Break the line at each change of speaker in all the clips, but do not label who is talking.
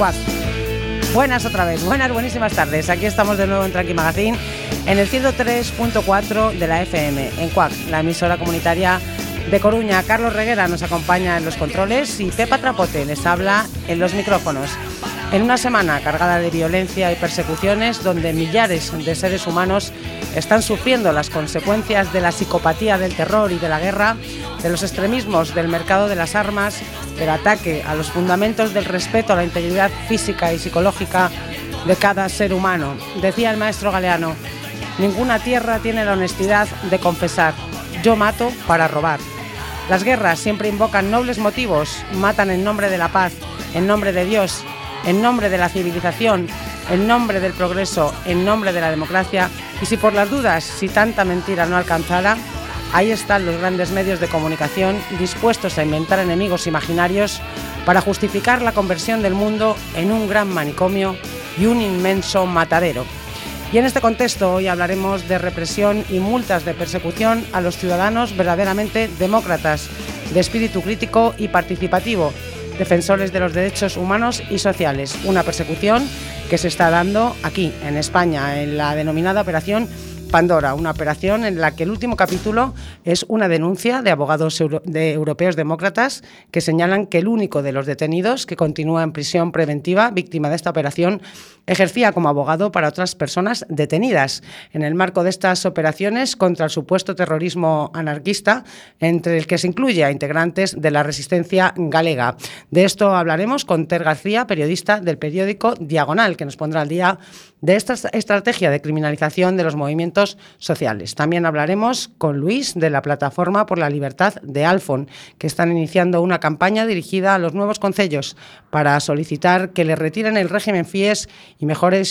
Cuac. Buenas otra vez, buenísimas tardes. Aquí estamos de nuevo en Tranqui Magazine, en el 103.4 de la FM, en Cuac, la emisora comunitaria de Coruña. Carlos Reguera nos acompaña en los controles y Pepa Trapote les habla en los micrófonos. En una semana cargada de violencia y persecuciones, donde millares de seres humanos están sufriendo las consecuencias de la psicopatía del terror y de la guerra, de los extremismos del mercado de las armas, del ataque a los fundamentos del respeto a la integridad física y psicológica de cada ser humano. Decía el maestro Galeano: ninguna tierra tiene la honestidad de confesar: yo mato para robar. Las guerras siempre invocan nobles motivos, matan en nombre de la paz, en nombre de Dios, en nombre de la civilización, en nombre del progreso, en nombre de la democracia. Y si por las dudas, si tanta mentira no alcanzara, ahí están los grandes medios de comunicación dispuestos a inventar enemigos imaginarios para justificar la conversión del mundo en un gran manicomio y un inmenso matadero. Y en este contexto hoy hablaremos de represión y multas de persecución a los ciudadanos verdaderamente demócratas, de espíritu crítico y participativo, defensores de los derechos humanos y sociales. Una persecución que se está dando aquí, en España, en la denominada Operación Pandora, una operación en la que el último capítulo es una denuncia de abogados europeos demócratas que señalan que el único de los detenidos que continúa en prisión preventiva, víctima de esta operación, ejercía como abogado para otras personas detenidas en el marco de estas operaciones contra el supuesto terrorismo anarquista, entre el que se incluye a integrantes de la resistencia galega. De esto hablaremos con Ter García, periodista del periódico Diagonal, que nos pondrá al día de esta estrategia de criminalización de los movimientos sociales. También hablaremos con Luis, de la Plataforma por la Libertad de Alfon, que están iniciando una campaña dirigida a los nuevos concellos para solicitar que le retiren el régimen FIES y mejoren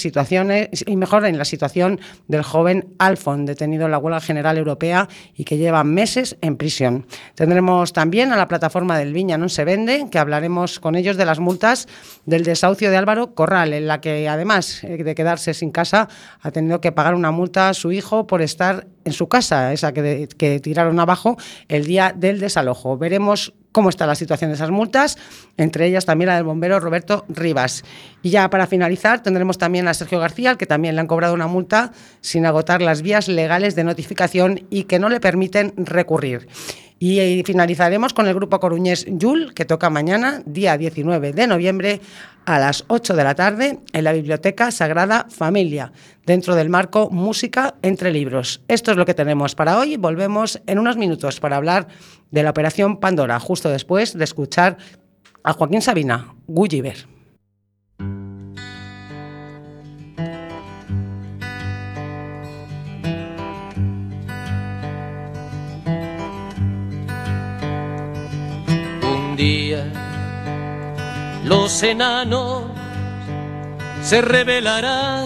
la situación del joven Alfon, detenido en la huelga general europea y que lleva meses en prisión. Tendremos también a la Plataforma del Viña Non se vende, que hablaremos con ellos de las multas del desahucio de Álvaro Corral, en la que además de quedarse sin casa ha tenido que pagar una multa a su hijo por estar en su casa, esa que tiraron abajo el día del desalojo. Veremos cómo está la situación de esas multas, entre ellas también la del bombero Roberto Rivas. Y ya para finalizar tendremos también a Sergio García, al que también le han cobrado una multa sin agotar las vías legales de notificación y que no le permiten recurrir. Y finalizaremos con el grupo coruñés Yul, que toca mañana, día 19 de noviembre, a las 8 de la tarde, en la Biblioteca Sagrada Familia, dentro del marco Música entre Libros. Esto es lo que tenemos para hoy. Volvemos en unos minutos para hablar de la Operación Pandora, justo después de escuchar a Joaquín Sabina, Gulliver.
Día, los enanos se rebelarán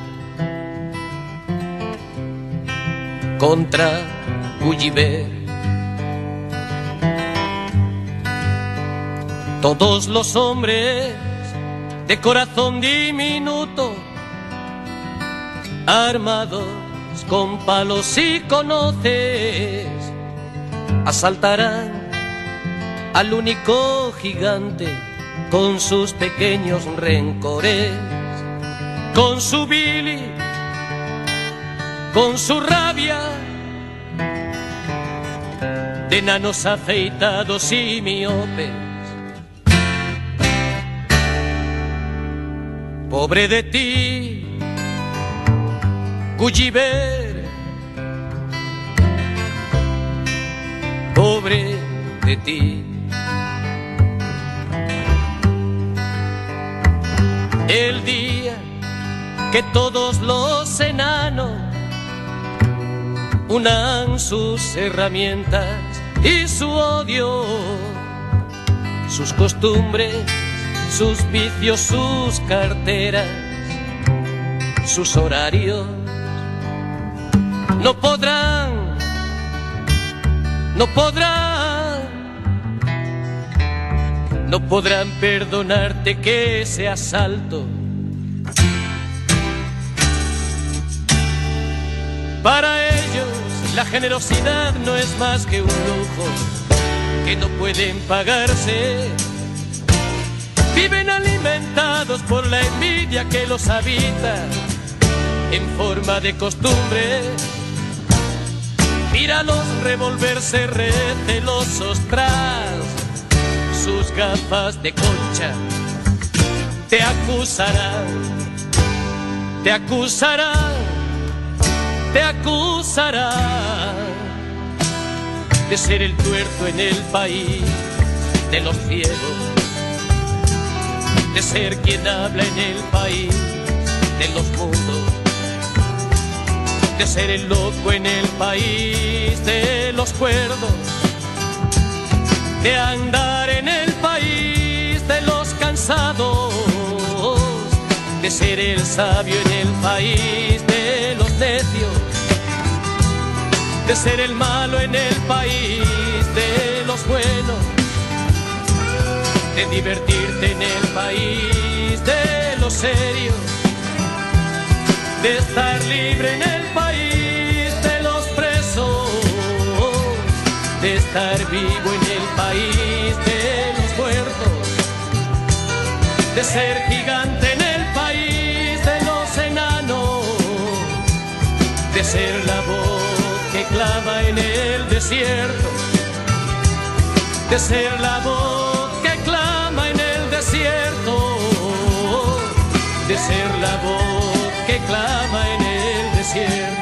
contra Gulliver. Todos los hombres de corazón diminuto, armados con palos y con hoces, asaltarán al único gigante con sus pequeños rencores, con su Billy, con su rabia, de enanos afeitados y miopes. Pobre de ti, Gulliver, pobre de ti. El día que todos los enanos unan sus herramientas y su odio, sus costumbres, sus vicios, sus carteras, sus horarios, no podrán perdonarte que ese asalto para ellos la generosidad no es más que un lujo que no pueden pagarse. viven alimentados por la envidia que los habita en forma de costumbre. Míralos revolverse recelosos tras sus gafas de concha. Te acusarán, te acusarán, te acusarán de ser el tuerto en el país de los ciegos, de ser quien habla en el país de los mundos, de ser el loco en el país de los cuerdos, de andar en el país de los cansados, de ser el sabio en el país de los necios, de ser el malo en el país de los buenos, de divertirte en el país de los serios, de estar libre en el país de los presos, de estar vivo en el país de los muertos, de ser gigante en el país de los enanos, de ser la voz que clama en el desierto, de ser la voz que clama en el desierto, de ser la voz que clama en el desierto.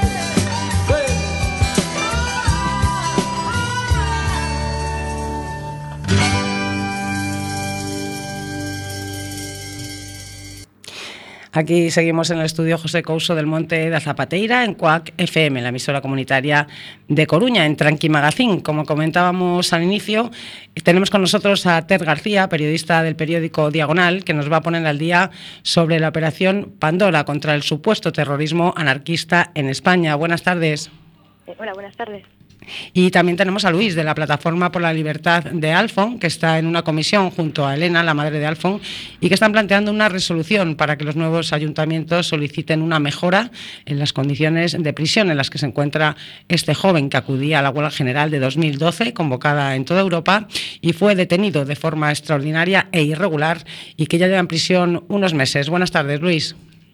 Aquí seguimos en el estudio José Couso del Monte da Zapateira, en CUAC FM, la emisora comunitaria de Coruña, en Tranqui Magazín. Como comentábamos al inicio, tenemos con nosotros a Ter García, periodista del periódico Diagonal, que nos va a poner al día sobre la operación Pandora contra el supuesto terrorismo anarquista en España. Buenas tardes.
Hola, buenas tardes.
Y también tenemos a Luis, de la Plataforma por la Libertad de Alfon, que está en una comisión junto a Elena, la madre de Alfon, y que están planteando una resolución para que los nuevos ayuntamientos soliciten una mejora en las condiciones de prisión en las que se encuentra este joven que acudía a la huelga general de 2012, convocada en toda Europa, y fue detenido de forma extraordinaria e irregular y que ya lleva en prisión unos meses. Buenas tardes, Luis.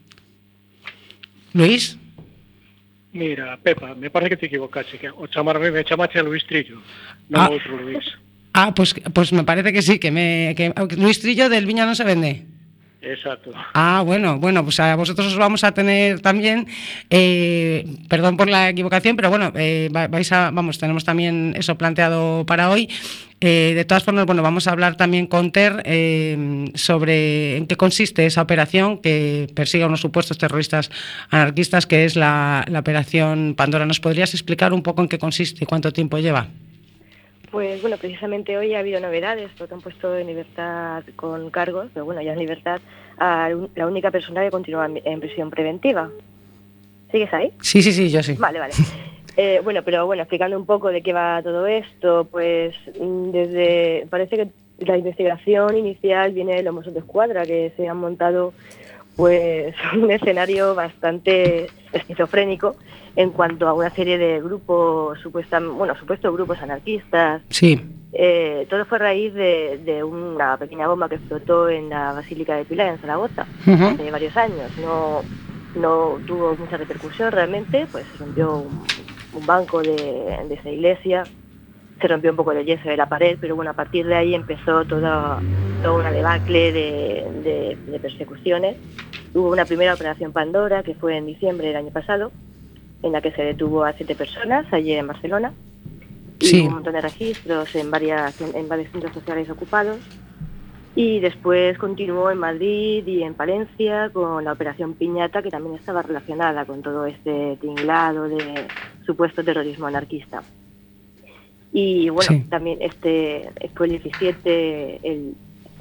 ¿Luis?
Mira, Pepa, me parece que te equivocaste, que o chamarme me chamaste a Luis Trillo, non outro Luis.
Pues me parece que sí, que Luis Trillo del Viña non se vende.
Exacto.
Bueno, pues a vosotros os vamos a tener también, perdón por la equivocación, pero bueno, tenemos también eso planteado para hoy. De todas formas, bueno, vamos a hablar también con Ter sobre en qué consiste esa operación que persigue a unos supuestos terroristas anarquistas, que es la operación Pandora. ¿Nos podrías explicar un poco en qué consiste y cuánto tiempo lleva?
Pues bueno, precisamente hoy ha habido novedades, porque han puesto en libertad con cargos, pero bueno, ya en libertad a la única persona que continúa en prisión preventiva. ¿Sigues ahí?
Sí, yo sí.
Vale. Pero explicando un poco de qué va todo esto, pues parece que la investigación inicial viene de los Mossos d'Esquadra, que se han montado pues un escenario bastante esquizofrénico en cuanto a una serie de grupos, supuestos grupos anarquistas.
Sí.
Todo fue a raíz de una pequeña bomba que explotó en la Basílica de Pilar, en Zaragoza, hace varios años. No tuvo mucha repercusión realmente, pues se rompió un banco de esa iglesia, se rompió un poco el yeso de la pared, pero bueno, a partir de ahí empezó toda una debacle de persecuciones. Hubo una primera operación Pandora, que fue en diciembre del año pasado, en la que se detuvo a 7 personas allí en Barcelona, y un montón de registros en varios centros sociales ocupados. Y después continuó en Madrid y en Palencia con la operación Piñata, que también estaba relacionada con todo este tinglado de supuesto terrorismo anarquista. Y bueno, también fue el 17, el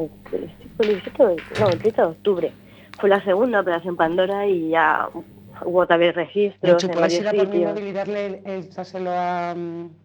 30 de octubre. Fue la segunda operación Pandora y ya hubo tal vez registros en varios sitios.
¿Puedes ir a por mi móvil y darle el dárselo a...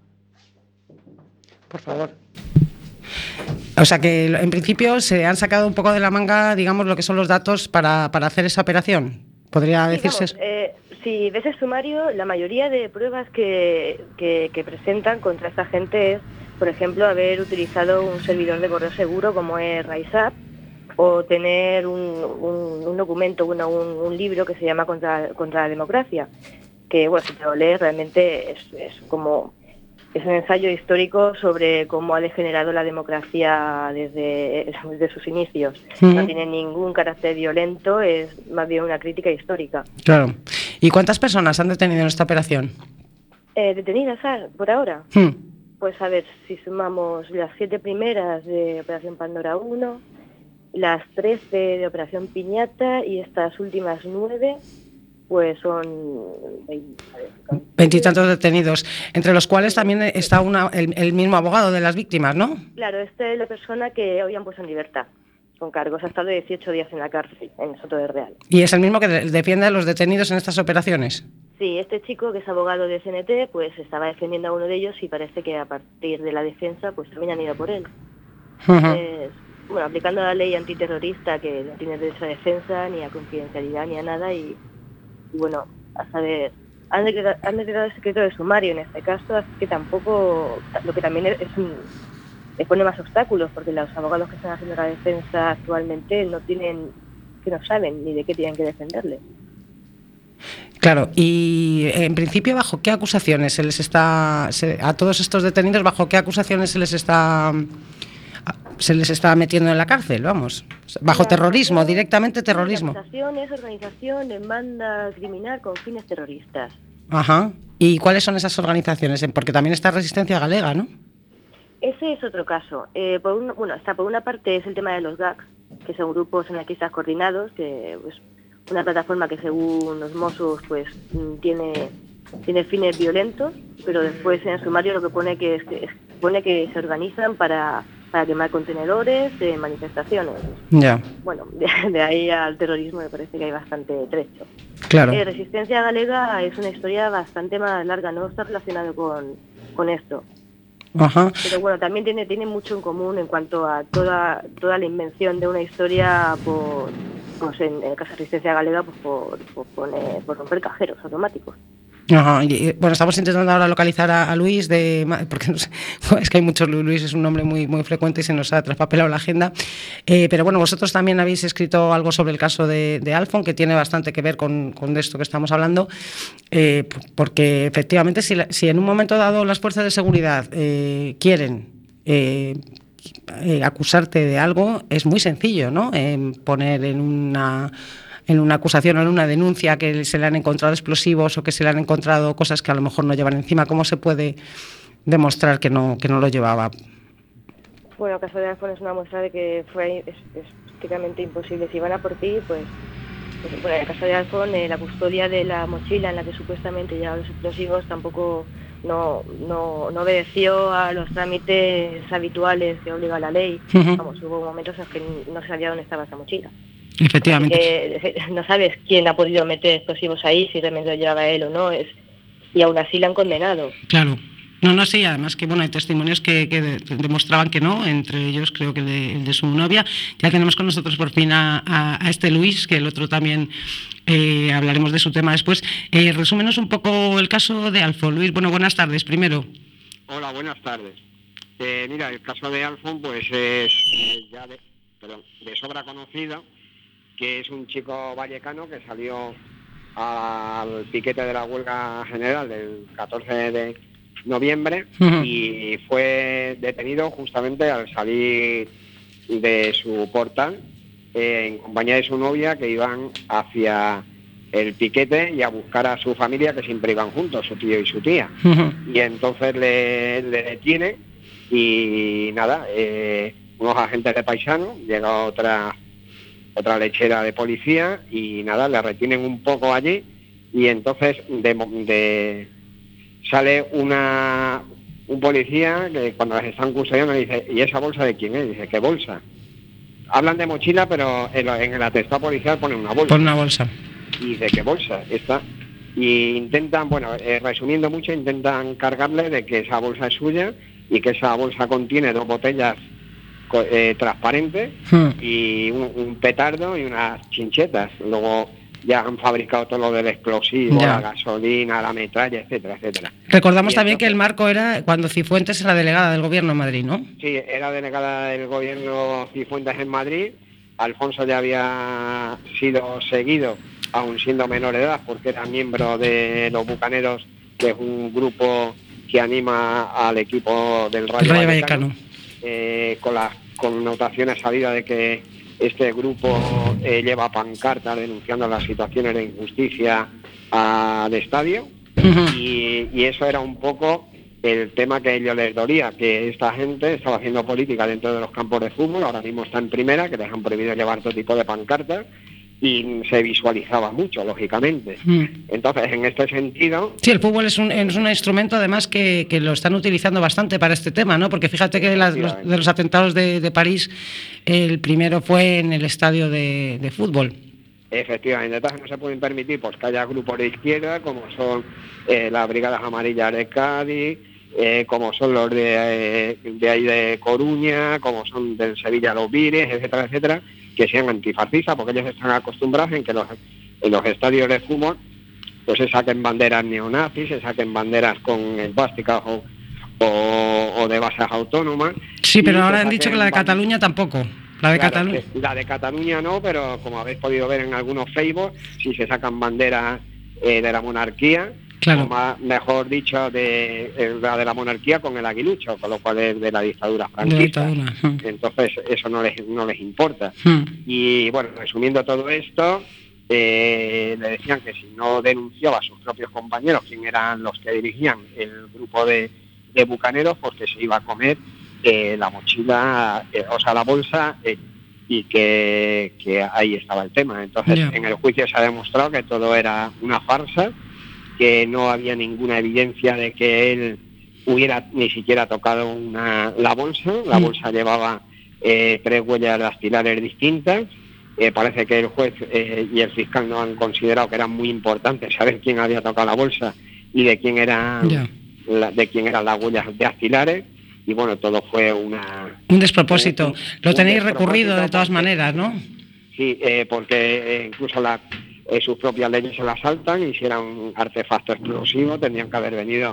por favor? O sea que en principio se han sacado un poco de la manga, digamos, lo que son los datos para hacer esa operación. ¿Podría decirse eso?
Si ves el sumario, la mayoría de pruebas que presentan contra esta gente es, por ejemplo, haber utilizado un servidor de correo seguro como es RiseUp, o tener un documento, un libro que se llama Contra la democracia, que bueno, si te lo lees realmente es un ensayo histórico sobre cómo ha degenerado la democracia desde sus inicios. No tiene ningún carácter violento, es más bien una crítica histórica.
Claro. ¿Y cuántas personas han detenido en esta operación?
Detenidas por ahora. Pues a ver, si sumamos las 7 primeras de Operación Pandora 1, las 13 de Operación Piñata y estas últimas 9, pues son
20 y tantos detenidos, entre los cuales también está el mismo abogado de las víctimas, ¿no?
Claro, esta es la persona que hoy han puesto en libertad, con cargos. Ha estado 18 días en la cárcel, en Soto de Real.
¿Y es el mismo que defiende a los detenidos en estas operaciones?
Sí, este chico, que es abogado de CNT, pues estaba defendiendo a uno de ellos y parece que a partir de la defensa pues también han ido por él. Bueno, aplicando la ley antiterrorista, que no tiene derecho a defensa, ni a confidencialidad, ni a nada, y bueno, a saber, han declarado el secreto de sumario en este caso, así que tampoco, lo que también le pone más obstáculos, porque los abogados que están haciendo la defensa actualmente no saben ni de qué tienen que defenderle.
Claro, y en principio, ¿bajo qué acusaciones a todos estos detenidos, bajo qué acusaciones se les está metiendo en la cárcel, vamos? Bajo terrorismo, directamente terrorismo.
La acusación es organización en banda criminal con fines terroristas.
Ajá. ¿Y cuáles son esas organizaciones? Porque también está Resistencia Galega, ¿no?
Ese es otro caso. Por una parte es el tema de los GACs, que son grupos anarquistas coordinados, que es una plataforma que según los Mossos pues tiene fines violentos, pero después en el sumario lo que pone que se organizan para quemar contenedores de manifestaciones.
Ya.
Bueno, de ahí al terrorismo me parece que hay bastante trecho.
Claro.
Resistencia Galega es una historia bastante más larga, no está relacionado con esto.
Ajá.
Pero bueno, también tiene mucho en común en cuanto a toda la invención de una historia en el caso de Resistencia Galega por romper cajeros automáticos.
Ajá. Bueno, estamos intentando ahora localizar a Luis, porque no sé, es que hay muchos Luis, es un nombre muy, muy frecuente y se nos ha traspapelado la agenda. Pero bueno, vosotros también habéis escrito algo sobre el caso de Alfon, que tiene bastante que ver con esto que estamos hablando, porque efectivamente si en un momento dado las fuerzas de seguridad quieren acusarte de algo, es muy sencillo, ¿no? Poner en una acusación o en una denuncia que se le han encontrado explosivos o que se le han encontrado cosas que a lo mejor no llevan encima. ¿Cómo se puede demostrar que no lo llevaba?
Bueno, el caso de Alfon es una muestra de que es prácticamente imposible. Si van a por ti, pues bueno, en el caso de Alfon, la custodia de la mochila en la que supuestamente llevaba los explosivos tampoco no obedeció a los trámites habituales que obliga la ley. Vamos, hubo momentos en que no sabía dónde estaba esa mochila.
Efectivamente.
No sabes quién ha podido meter explosivos ahí, si realmente lo llevaba él o no, y aún así le han condenado.
Claro. No sé, además que bueno, hay testimonios que demostraban que no, entre ellos creo que el de su novia. Ya tenemos con nosotros por fin a este Luis, que el otro también hablaremos de su tema después. Resúmenos un poco el caso de Alfon. Luis, bueno, buenas tardes primero.
Hola, buenas tardes. Mira, el caso de Alfon pues es ya de sobra conocido, que es un chico vallecano que salió al piquete de la huelga general del 14 de noviembre y fue detenido justamente al salir de su portal en compañía de su novia, que iban hacia el piquete y a buscar a su familia, que siempre iban juntos, su tío y su tía. Y entonces le detienen y nada, unos agentes de paisano, llega otra lechera de policía y nada, le retienen un poco allí y entonces sale un policía que cuando las están custodiando le dice: ¿y esa bolsa de quién es? Dice: ¿qué bolsa? Hablan de mochila, pero en el atestado policial pone una bolsa.
Pone una bolsa.
Y dice: ¿qué bolsa? Esta. Y intentan, resumiendo mucho, intentan cargarle de que esa bolsa es suya y que esa bolsa contiene 2 botellas transparentes y un petardo y unas chinchetas. Luego ya han fabricado todo lo del explosivo, la gasolina, la metralla, etcétera, etcétera.
Recordamos también que el marco era cuando Cifuentes era delegada del gobierno en Madrid, ¿no?
Sí, era delegada del gobierno Cifuentes en Madrid Alfonso ya había sido seguido, aun siendo menor de edad, porque era miembro de los Bucaneros, que es un grupo que anima al equipo del Rayo Vallecano. Con las connotaciones sabidas de que este grupo lleva pancartas denunciando las situaciones de injusticia al estadio. Y eso era un poco el tema que a ellos les dolía, que esta gente estaba haciendo política dentro de los campos de fútbol, ahora mismo está en primera, que les han prohibido llevar todo tipo de pancartas, y se visualizaba mucho, lógicamente. Entonces, en este sentido...
Sí, el fútbol es un instrumento, además, que lo están utilizando bastante para este tema, ¿no? Porque fíjate que de los atentados de París, el primero fue en el estadio de fútbol.
Efectivamente, entonces no se pueden permitir pues que haya grupos de izquierda, como son las Brigadas Amarillas de Cádiz, como son los de ahí de Coruña, como son del Sevilla los Vires, etcétera, etcétera, que sean antifascistas, porque ellos están acostumbrados en que en los estadios de fútbol pues se saquen banderas neonazis, se saquen banderas con esvásticas o de bases autónomas.
Sí, pero ahora han dicho que la de Cataluña tampoco. La de Cataluña.
La de Cataluña no, pero como habéis podido ver en algunos Facebook, si se sacan banderas de la monarquía,
claro.
O mejor dicho, la de la monarquía con el aguilucho, con lo cual es de la dictadura franquista. Entonces eso no les importa. Y bueno, resumiendo todo esto, le decían que si no denunciaba a sus propios compañeros, quién eran los que dirigían el grupo de bucaneros, pues que se iba a comer la mochila, la bolsa, y que ahí estaba el tema. Entonces, en el juicio se ha demostrado que todo era una farsa, que no había ninguna evidencia de que él hubiera ni siquiera tocado la bolsa. La bolsa llevaba 3 huellas dactilares distintas. Parece que el juez y el fiscal no han considerado que era muy importante saber quién había tocado la bolsa y de quién eran las huellas dactilares. Y bueno, todo fue un
despropósito. Lo tenéis recurrido de todas maneras, ¿no?
Sí, porque incluso sus propias leyes se las saltan, y si era un artefacto explosivo tendrían que haber venido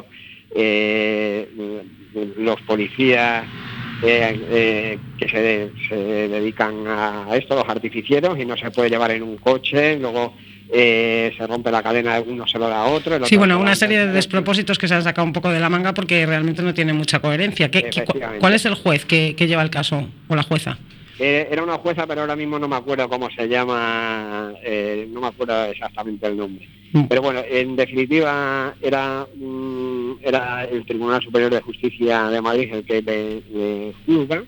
los policías que se dedican a esto, los artificieros, y no se puede llevar en un coche, luego se rompe la cadena de uno, se lo da a otro.
Sí, bueno, una serie de despropósitos que se han sacado un poco de la manga porque realmente no tiene mucha coherencia. ¿Cuál es el juez que lleva el caso, o la jueza?
Era una jueza, pero ahora mismo no me acuerdo cómo se llama, no me acuerdo exactamente el nombre. Pero bueno, en definitiva era el Tribunal Superior de Justicia de Madrid el que le juzga.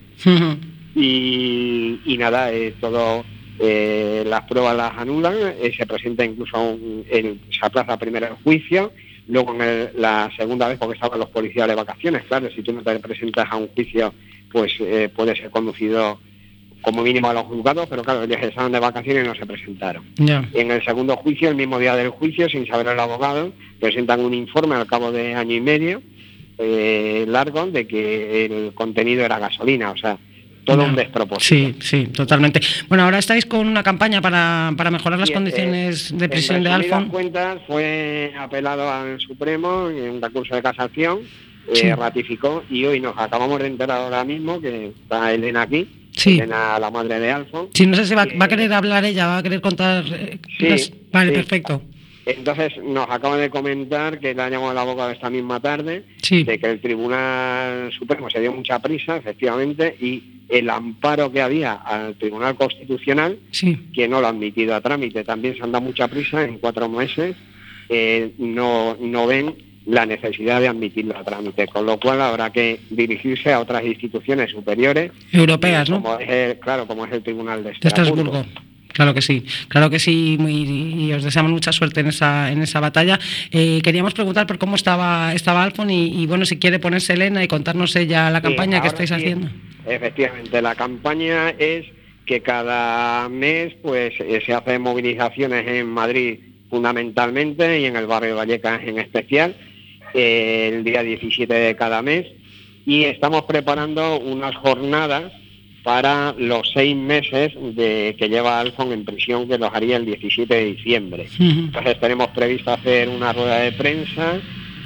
Y nada, todo... las pruebas las anulan, se presenta incluso se aplaza primero el juicio, luego la segunda vez, porque estaban los policías de vacaciones, claro, si tú no te presentas a un juicio, pues puede ser conducido como mínimo a los juzgados, pero claro, ellos estaban de vacaciones y no se presentaron. En el segundo juicio, el mismo día del juicio, sin saber el abogado, presentan un informe al cabo de año y medio largo de que el contenido era gasolina, o sea, todo un despropósito.
Sí, totalmente. Bueno, ahora estáis con una campaña para mejorar las condiciones de prisión de Alfon.
En resumidas cuentas, fue apelado al Supremo en un recurso de casación, ratificó, y hoy nos acabamos de enterar ahora mismo que está Elena aquí, Elena, la madre de Alfon.
Sí, no sé si va a querer hablar ella, va a querer contar... Vale, perfecto.
Entonces nos acaban de comentar que le ha llamado el abogado esta misma tarde, de que el Tribunal Supremo se dio mucha prisa, efectivamente, y el amparo que había al Tribunal Constitucional, que no lo ha admitido a trámite, también se han dado mucha prisa, en 4 meses no ven la necesidad de admitirlo a trámite, con lo cual habrá que dirigirse a otras instituciones superiores
europeas, ¿no?
Como es el Tribunal de Estrasburgo.
Claro que sí, y os deseamos mucha suerte en esa batalla. Queríamos preguntar por cómo estaba Alfon y bueno, si quiere ponerse Elena y contarnos ella la campaña que estáis haciendo.
Efectivamente, la campaña es que cada mes pues se hacen movilizaciones en Madrid fundamentalmente y en el barrio de Vallecas en especial, el día 17 de cada mes, y estamos preparando unas jornadas para los 6 meses que lleva Alfon en prisión, que los haría el 17 de diciembre. Entonces tenemos previsto hacer una rueda de prensa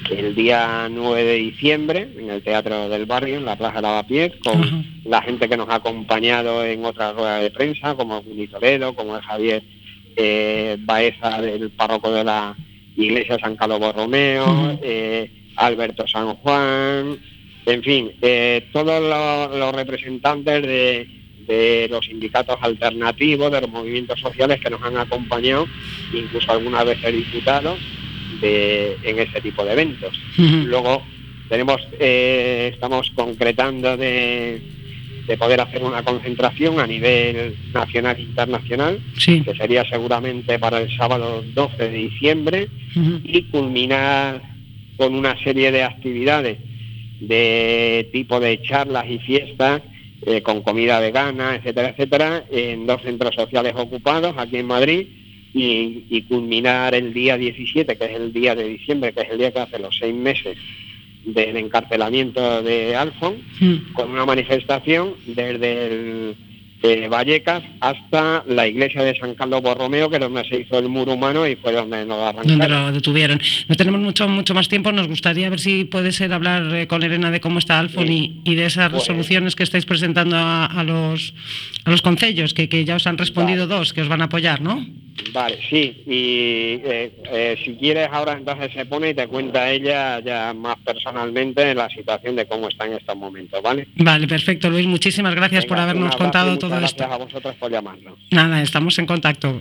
el día 9 de diciembre en el Teatro del Barrio, en la Plaza de Lavapiés, con la gente que nos ha acompañado en otras ruedas de prensa, como Willy Toledo, como el Javier Baeza, del párroco de la Iglesia San Carlos Borromeo, Alberto San Juan, en fin, todos los representantes de los sindicatos alternativos, de los movimientos sociales que nos han acompañado, incluso algunas veces diputados, en ese tipo de eventos. Luego estamos concretando de poder hacer una concentración a nivel nacional e internacional, que sería seguramente para el sábado 12 de diciembre, y culminar con una serie de actividades de tipo de charlas y fiestas, con comida vegana, etcétera, etcétera, en 2 centros sociales ocupados aquí en Madrid, y culminar el día 17, que es el día de diciembre, que es el día que hace los 6 meses del encarcelamiento de Alfon, con una manifestación desde Vallecas hasta la iglesia de San Carlos Borromeo, que es donde se hizo el muro humano y fue donde nos arrancaron.
Donde lo detuvieron. No tenemos mucho más tiempo, nos gustaría ver si puede ser hablar con Elena de cómo está Alfon y de esas resoluciones que estáis presentando a los concellos, que ya os han respondido 2, que os van a apoyar, ¿no?
Vale, sí, y si quieres ahora entonces se pone y te cuenta ella ya más personalmente la situación de cómo está en estos momentos, ¿vale? Vale, perfecto, Luis, muchísimas gracias por habernos contado todo esto. Gracias a vosotros por llamarnos.
Nada, estamos en contacto.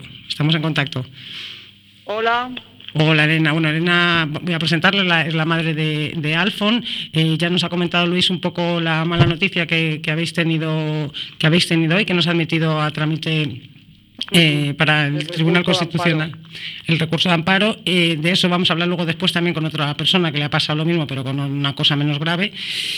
Hola.
Hola, Elena. Bueno, Elena, voy a presentarle, es la madre de Alfon. Ya nos ha comentado Luis un poco la mala noticia que habéis tenido hoy, que nos ha admitido a trámite para el Tribunal Constitucional el recurso de amparo. De eso vamos a hablar luego después también con otra persona que le ha pasado lo mismo, pero con una cosa menos grave.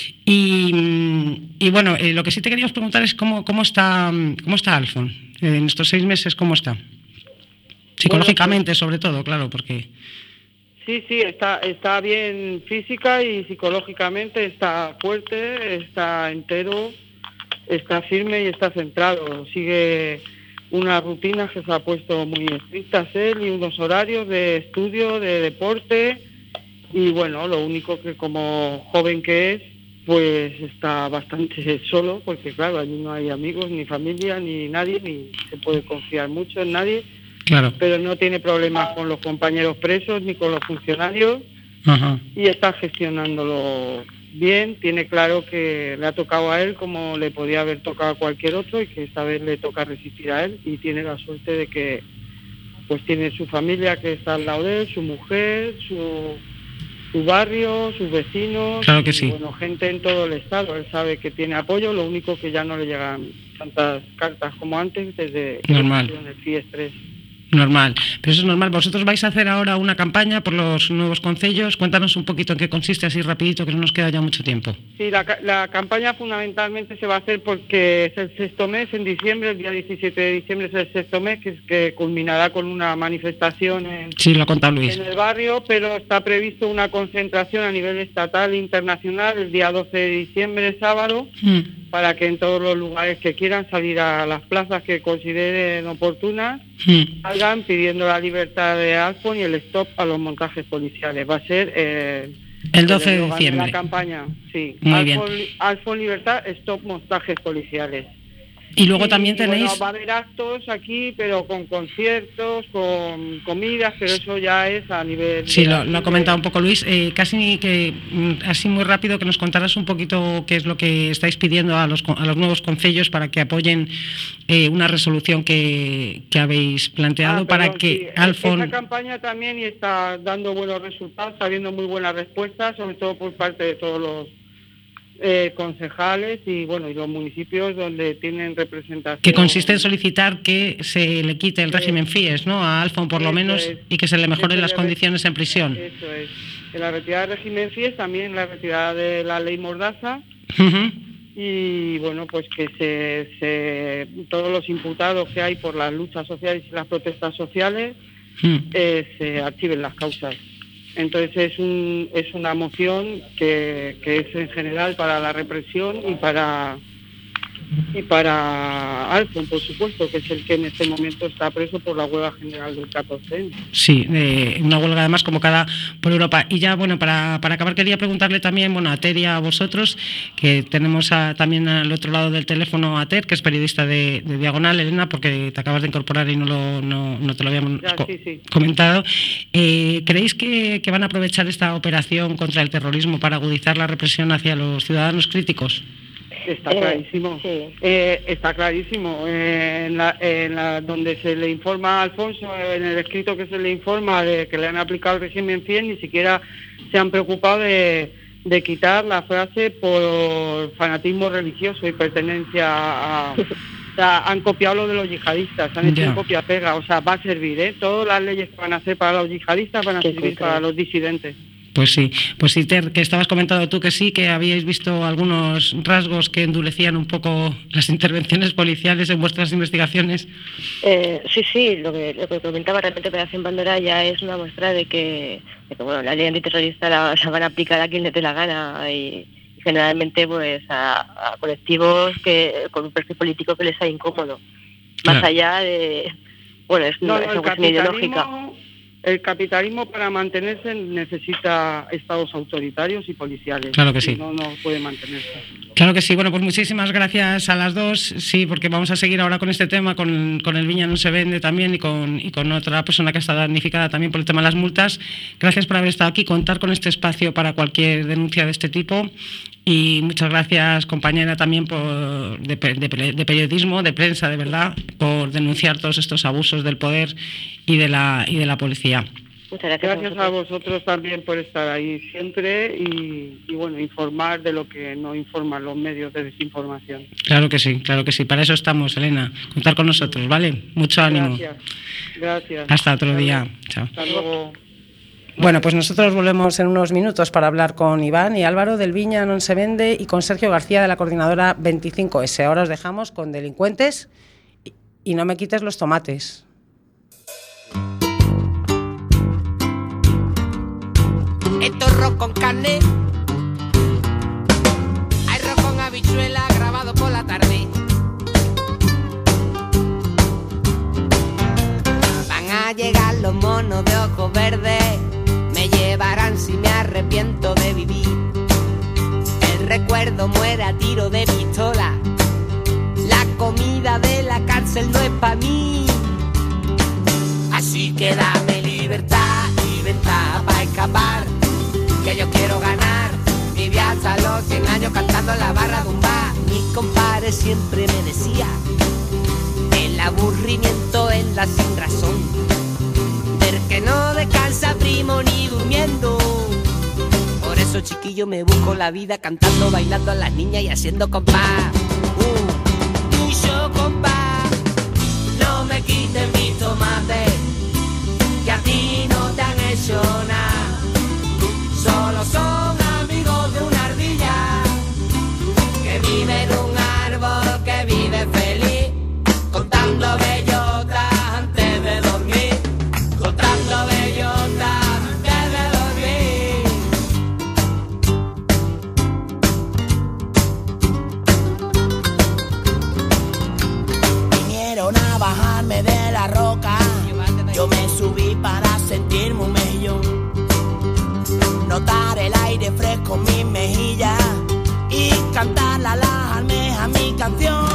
Y bueno, lo que sí te queríamos preguntar es cómo está Alfon en estos 6 meses, cómo está psicológicamente, bueno, sobre todo, claro, porque
sí, está bien física y psicológicamente, está fuerte, está entero, está firme y está centrado. Sigue unas rutinas que se ha puesto muy estrictas él y unos horarios de estudio, de deporte, y bueno, lo único que como joven que es, pues está bastante solo, porque claro, allí no hay amigos, ni familia, ni nadie, ni se puede confiar mucho en nadie. Claro. Pero no tiene problemas con los compañeros presos ni con los funcionarios. Ajá. Y está gestionándolo bien. Tiene claro que le ha tocado a él como le podía haber tocado a cualquier otro y que esta vez le toca resistir a él, y tiene la suerte de que pues tiene su familia que está al lado de él, su mujer, su barrio, sus vecinos. Claro que sí. Bueno, gente en todo el estado. Él sabe que tiene apoyo, lo único que ya no le llegan tantas cartas como antes desde el FIES 3.
Normal, pero eso es normal. Vosotros vais a hacer ahora una campaña por los nuevos concellos. Cuéntanos un poquito en qué consiste, así rapidito, que no nos queda ya mucho tiempo.
Sí, la campaña fundamentalmente se va a hacer porque es el 6º mes, en diciembre, el día 17 de diciembre es el 6º mes, que culminará con una manifestación
sí, lo ha contado Luis,
en el barrio, pero está previsto una concentración a nivel estatal e internacional el día 12 de diciembre, sábado, para que en todos los lugares que quieran salir a las plazas que consideren oportunas, salgan pidiendo la libertad de Alfon y el stop a los montajes policiales. Va a ser
el 12 de diciembre.
La campaña, sí.
Muy bien.
Alfon libertad, stop montajes policiales.
Y luego también tenéis...
Bueno, va a haber actos aquí, pero con conciertos, con comidas, pero eso ya es a nivel...
Sí, lo ha comentado un poco Luis. Casi que, así muy rápido, que nos contaras un poquito qué es lo que estáis pidiendo a los nuevos concellos para que apoyen una resolución que habéis planteado para que Alfon...
Esta campaña también y está dando buenos resultados, está habiendo muy buenas respuestas, sobre todo por parte de todos los concejales y bueno, y los municipios donde tienen representación.
Que consiste en solicitar que se le quite el régimen FIES, ¿no?, a Alfon por lo menos, y que se le mejoren las condiciones en prisión.
Eso es. En la retirada del régimen FIES, también la retirada de la ley Mordaza. Y bueno, pues que todos los imputados que hay por las luchas sociales y las protestas sociales se archiven las causas. Entonces es una moción que es en general para la represión y para y para Alfon, por supuesto, que es el que en este momento está preso por la huelga general del 14N.
Sí, una huelga además convocada por Europa. Y ya, bueno, para acabar quería preguntarle también, bueno, a Ter y a vosotros, que tenemos también al otro lado del teléfono a Ter, que es periodista de Diagonal, Elena, porque te acabas de incorporar y no te lo habíamos comentado. ¿Creéis que van a aprovechar esta operación contra el terrorismo para agudizar la represión hacia los ciudadanos críticos?
Está clarísimo, está clarísimo. Donde se le informa a Alfonso, en el escrito que se le informa de que le han aplicado el régimen 100, ni siquiera se han preocupado de quitar la frase por fanatismo religioso y pertenencia a... O sea, han copiado lo de los yihadistas, han hecho un copia-pega, o sea, va a servir, Todas las leyes que van a hacer para los yihadistas van a servir para los disidentes. Pues sí, Ter, que estabas comentando tú que sí, que habíais visto algunos rasgos que endurecían un poco las intervenciones policiales en vuestras investigaciones.
Sí, lo que comentaba realmente Operación Pandora ya es una muestra de que bueno, la ley antiterrorista la van a aplicar a quien le dé la gana y generalmente pues a colectivos con un perfil político que les sea incómodo. Más allá de... Bueno, es una cuestión ideológica. El capitalismo para mantenerse necesita estados autoritarios y policiales.
Claro que sí.
No puede mantenerse.
Claro que sí. Bueno, pues muchísimas gracias a las dos. Sí, porque vamos a seguir ahora con este tema, con el Viña no se vende también y con otra persona que está damnificada también por el tema de las multas. Gracias por haber estado aquí, contar con este espacio para cualquier denuncia de este tipo. Y muchas gracias, compañera, también de periodismo, de prensa, de verdad, por denunciar todos estos abusos del poder y de la policía.
Muchas
gracias a vosotros también por estar ahí siempre y bueno, informar de lo que no informan los medios de desinformación.
Claro que sí. Para eso estamos, Elena. Contar con nosotros, ¿vale? Mucho ánimo.
Gracias.
Hasta otro día. Chao.
Hasta luego.
Bueno, pues nosotros volvemos en unos minutos para hablar con Iván y Álvaro del Viña non se vende y con Sergio García de la coordinadora 25S. Ahora os dejamos con Delincuentes y No me quites los tomates.
Esto es rock con carne, hay rock con habichuela grabado por la tarde. Van a llegar los monos de ojos verdes, me llevarán si me arrepiento de vivir. El recuerdo muere a tiro de pistola, la comida de la cárcel no es pa' mí. Así que dame libertad y ventaja pa' escapar, que yo quiero ganar mi vida hasta los 100 años cantando en la barra de un bar. Mi compadre siempre me decía, el aburrimiento es la sin razón, del que no descansa primo ni durmiendo. Por eso chiquillo me busco la vida cantando, bailando a las niñas y haciendo compás. Tuyo compás, no me quites mis tomates, que a ti no te han hecho nada. Solo son amigos de una ardilla que vive en un árbol, que vive feliz, contando bellotas antes de dormir, contando bellotas antes de dormir.
Vinieron a bajarme de la roca, yo me subí para sentirme un mejillón, notar el aire fresco en mis mejillas y cantarle a las almejas mi canción.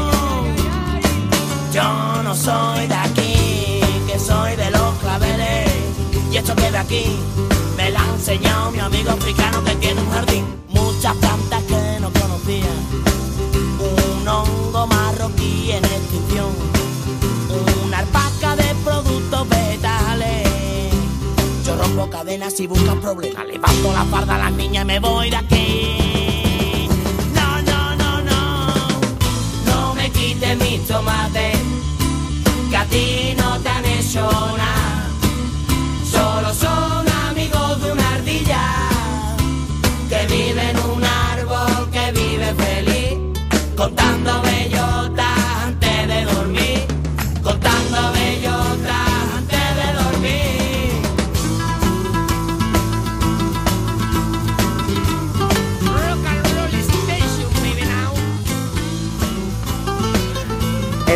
Yo no soy de aquí, que soy de los claveles, y esto que de aquí me la ha enseñado mi amigo africano que tiene un jardín, muchas plantas que no conocía, un hongo marroquí en extinción, una alpaca de productos vegetales. Yo rompo cadenas y busco problemas, levanto la farda a las niñas y me voy de aquí. No, no, no, no, no me quites mis tomates, que a ti no te han hecho nada. Solo son amigos de una ardilla que vive en un árbol, que vive feliz, contando bellotas antes de dormir, contando bellotas antes de dormir. Rock and roll station, baby now.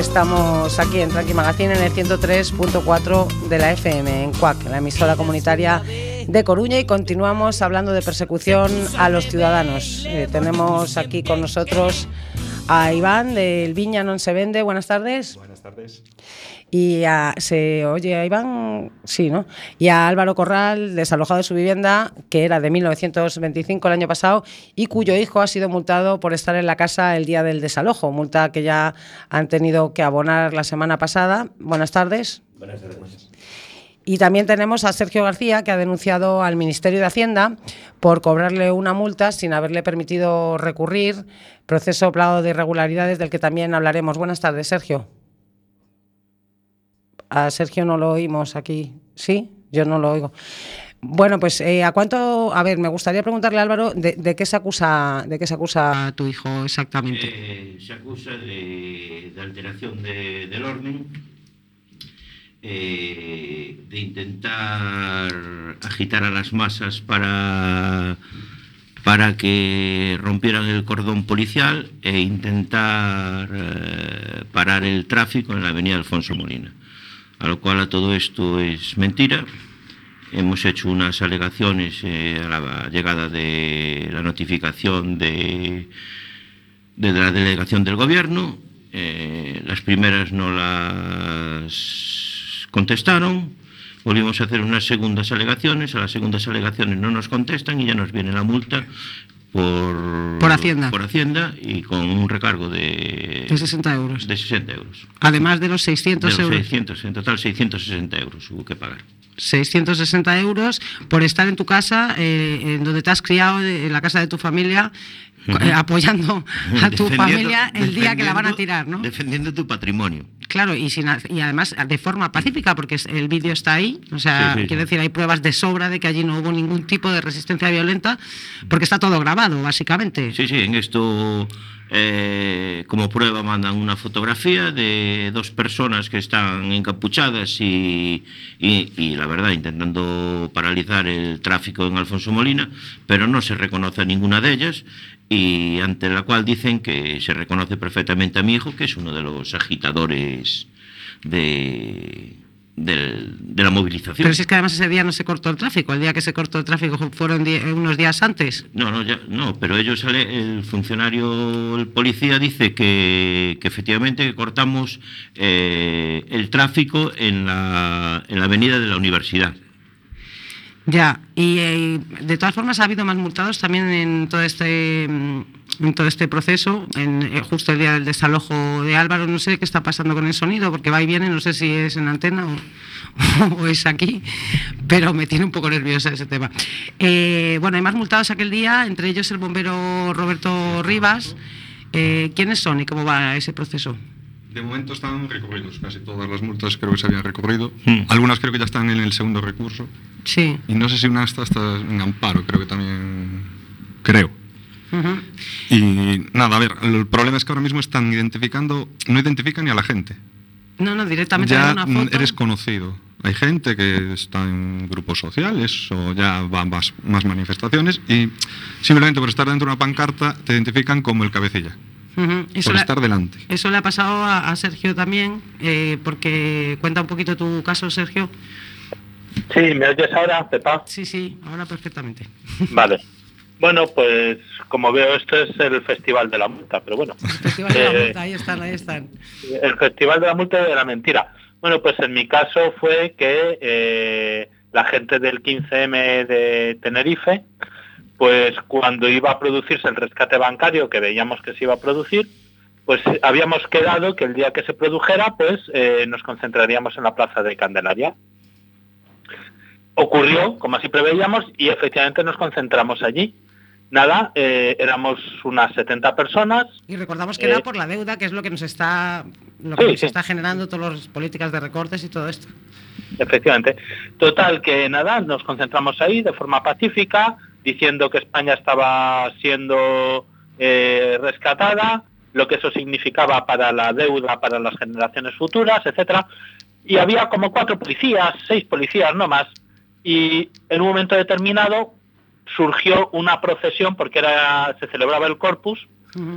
Estamos aquí en Tranqui Magazine en el 103.4 de la FM, en CUAC, la emisora comunitaria de Coruña, y continuamos hablando de persecución a los ciudadanos. Tenemos aquí con nosotros a Iván del Viña Non se vende. Buenas tardes.
Buenas tardes.
Y se oye a Iván, sí, ¿no? Y a Álvaro Corral, desalojado de su vivienda, que era de 1925, el año pasado, y cuyo hijo ha sido multado por estar en la casa el día del desalojo, multa que ya han tenido que abonar la semana pasada. Buenas tardes.
Buenas tardes.
Y también tenemos a Sergio García, que ha denunciado al Ministerio de Hacienda por cobrarle una multa sin haberle permitido recurrir, proceso plagado de irregularidades del que también hablaremos. Buenas tardes, Sergio. A Sergio no lo oímos aquí. ¿Sí? Yo no lo oigo. Bueno, pues ¿a cuánto? A ver, me gustaría preguntarle a Álvaro de qué se acusa tu hijo exactamente.
Se acusa de alteración del orden, de intentar agitar a las masas para que rompieran el cordón policial e intentar parar el tráfico en la avenida Alfonso Molina. A lo cual a todo esto es mentira. Hemos hecho unas alegaciones a la llegada de la notificación de la delegación del Gobierno. Las primeras no las contestaron. Volvimos a hacer unas segundas alegaciones. A las segundas alegaciones no nos contestan y ya nos viene la multa por Hacienda y con un recargo de
60 euros.
De 60 euros.
Además de los 600 euros.
600, en total 660 euros hubo que pagar.
660 euros por estar en tu casa, en donde te has criado, en la casa de tu familia, apoyando a tu familia el día que la van a tirar, ¿no?
Defendiendo tu patrimonio.
Claro, y además de forma pacífica, porque el vídeo está ahí, o sea, quiero decir, hay pruebas de sobra de que allí no hubo ningún tipo de resistencia violenta, porque está todo grabado, básicamente.
Sí, en esto, como prueba, mandan una fotografía de dos personas que están encapuchadas y la verdad, intentando paralizar el tráfico en Alfonso Molina, pero no se reconoce a ninguna de ellas, y ante la cual dicen que se reconoce perfectamente a mi hijo, que es uno de los agitadores de la movilización.
Pero si es que además ese día no se cortó el tráfico, el día que se cortó el tráfico fueron unos días antes.
No, pero ellos el funcionario, el policía, dice que efectivamente cortamos el tráfico en la avenida de la Universidad.
Ya, y de todas formas ha habido más multados también en todo este proceso, justo el día del desalojo de Álvaro. No sé qué está pasando con el sonido, porque va y viene, no sé si es en antena o es aquí, pero me tiene un poco nerviosa ese tema. Bueno, hay más multados aquel día, entre ellos el bombero Roberto Rivas. ¿Quiénes son y cómo va ese proceso?
De momento están recorridos, casi todas las multas creo que se habían recorrido. Algunas creo que ya están en el segundo recurso.
Sí.
Y no sé si una está en amparo, creo que también. Creo. Y nada, a ver, el problema es que ahora mismo no identifican ni a la gente.
No, directamente
ya
una foto.
Eres conocido. Hay gente que está en grupos sociales o ya van más manifestaciones y simplemente por estar dentro de una pancarta te identifican como el cabecilla. Por estar delante.
Eso le ha pasado a Sergio también, porque cuenta un poquito tu caso, Sergio.
Sí, ¿me oyes ahora, Pepa?
Sí, ahora perfectamente.
Vale. Bueno, pues como veo, esto es el Festival de la Multa, pero bueno.
El Festival de la Multa, ahí están.
El Festival de la Multa y de la Mentira. Bueno, pues en mi caso fue que la gente del 15M de Tenerife, pues cuando iba a producirse el rescate bancario, que veíamos que se iba a producir, pues habíamos quedado que el día que se produjera, pues nos concentraríamos en la Plaza de Candelaria. Ocurrió, como así preveíamos, y efectivamente nos concentramos allí. Nada, éramos unas 70 personas.
Y recordamos que era por la deuda, que es lo que nos está generando todas las políticas de recortes y todo esto.
Efectivamente. Total, que nada, nos concentramos ahí de forma pacífica, diciendo que España estaba siendo rescatada, lo que eso significaba para la deuda, para las generaciones futuras, etcétera. Y había como 6 policías, no más. Y en un momento determinado surgió una procesión, porque se celebraba el Corpus,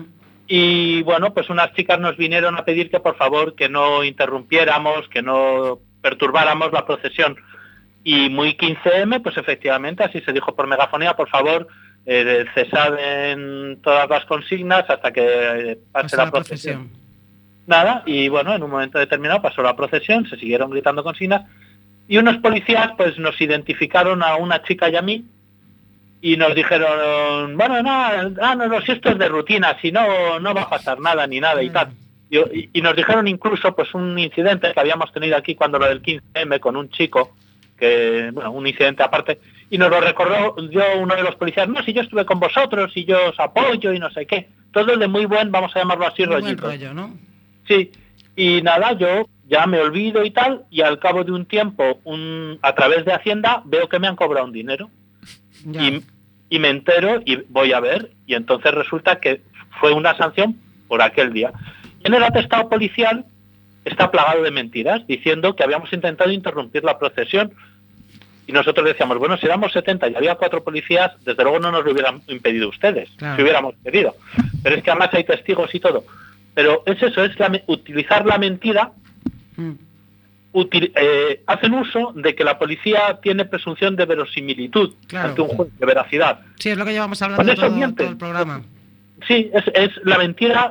Y bueno, pues unas chicas nos vinieron a pedir que por favor que no interrumpiéramos, que no perturbáramos la procesión. Y muy 15M, pues efectivamente, así se dijo por megafonía, por favor, cesad en todas las consignas hasta que pase la procesión. Nada, y bueno, en un momento determinado pasó la procesión, se siguieron gritando consignas, y unos policías pues nos identificaron a una chica y a mí, y nos dijeron, bueno, no, si esto es de rutina, si no va a pasar nada ni nada y tal. Y nos dijeron incluso pues un incidente que habíamos tenido aquí cuando lo del 15M con un chico, que bueno, un incidente aparte, y nos lo recordó uno de los policías, no, si yo estuve con vosotros y yo os apoyo y no sé qué, todo de muy buen, vamos a llamarlo así, rollito.
Buen rollo, ¿no? Sí,
y nada, yo ya me olvido y tal, y al cabo de un tiempo, a través de Hacienda, veo que me han cobrado un dinero. Y me entero y voy a ver, y entonces resulta que fue una sanción por aquel día. Y en el atestado policial está plagado de mentiras, diciendo que habíamos intentado interrumpir la procesión. Y nosotros decíamos, bueno, si éramos 70 y había 4 policías, desde luego no nos lo hubieran impedido ustedes, si hubiéramos querido. Pero es que además hay testigos y todo. Pero es eso, es utilizar la mentira. Hacen uso de que la policía tiene presunción de verosimilitud ante un juez, de veracidad.
Sí, es lo que llevamos hablando todo el programa.
Sí, es la mentira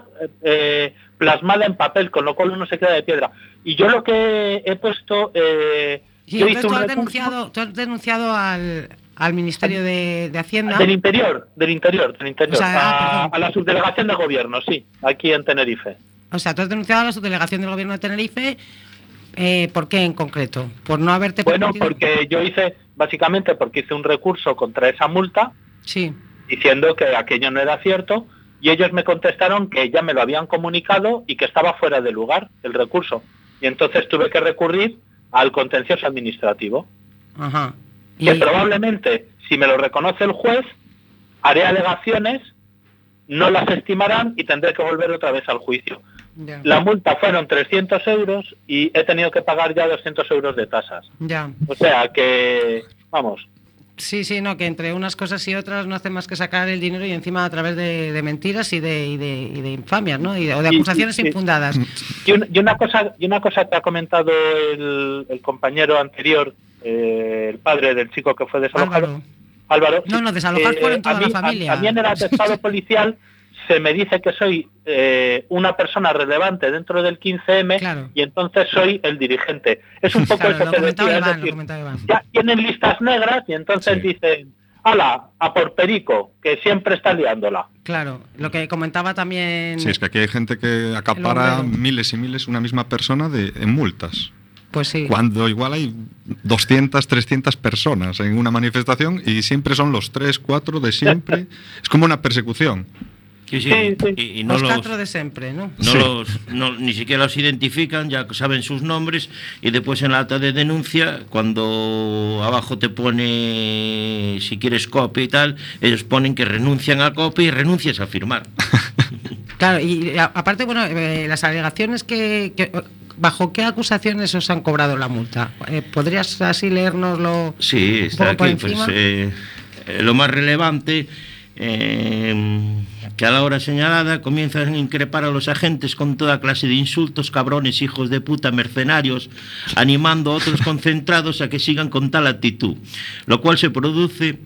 plasmada en papel, con lo cual uno se queda de piedra. Y yo lo que he puesto...
tú has denunciado al Ministerio de Hacienda.
Del Interior. O sea, a la subdelegación de gobierno, sí, aquí en Tenerife.
O sea, tú has denunciado a la subdelegación del gobierno de Tenerife. ¿Por qué en concreto? ¿Por no haberte permitido?
Bueno, porque yo hice un recurso contra esa multa, diciendo que aquello no era cierto, y ellos me contestaron que ya me lo habían comunicado y que estaba fuera de lugar el recurso. Y entonces tuve que recurrir al contencioso administrativo.
Ajá.
Que probablemente, si me lo reconoce el juez, haré alegaciones, no las estimarán y tendré que volver otra vez al juicio.
Ya.
La multa fueron 300 euros y he tenido que pagar ya 200 euros de tasas.
Ya.
O sea que, vamos.
Sí, no, que entre unas cosas y otras no hace más que sacar el dinero y encima a través de mentiras y de infamias, ¿no? O de acusaciones infundadas.
Y una cosa que ha comentado el compañero anterior, el padre del chico que fue desalojado. Álvaro.
No, desalojar fueron toda la familia.
A mí en el atestado policial se me dice que soy una persona relevante dentro del 15M y entonces soy el dirigente. Es un poco eso que decía, es decir, ya tienen listas negras y entonces dicen, ¡hala, a por Perico, que siempre está liándola!
Claro, lo que comentaba también...
Sí, es que aquí hay gente que acapara miles y miles una misma persona en multas.
Pues sí.
Cuando igual hay 200, 300 personas en una manifestación y siempre son los 3, 4 de siempre. Es como una persecución.
Sí. Y no
los 4 de siempre, ¿no?
Ni siquiera los identifican, ya saben sus nombres, y después en la acta de denuncia, cuando abajo te pone si quieres copia y tal, ellos ponen que renuncian a copia y renuncias a firmar.
Claro, y aparte, bueno, las alegaciones que ¿bajo qué acusaciones os han cobrado la multa? ¿Podrías así leérnoslo?
Sí, está aquí, pues lo más relevante... que a la hora señalada comienzan a increpar a los agentes con toda clase de insultos, cabrones, hijos de puta, mercenarios, animando a otros concentrados a que sigan con tal actitud, lo cual se produce